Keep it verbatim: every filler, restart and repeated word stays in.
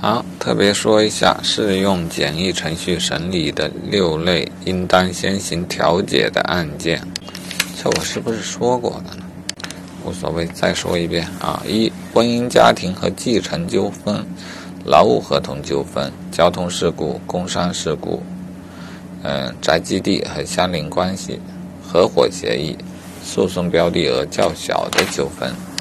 好，特别说一下适用简易程序审理的六类应当先行调解的案件，这我是不是说过的呢？无所谓，再说一遍啊！一、婚姻家庭和继承纠纷、劳务合同纠纷、交通事故、工伤事故、嗯，宅基地和相邻关系、合伙协议、诉讼标的额较小的纠纷、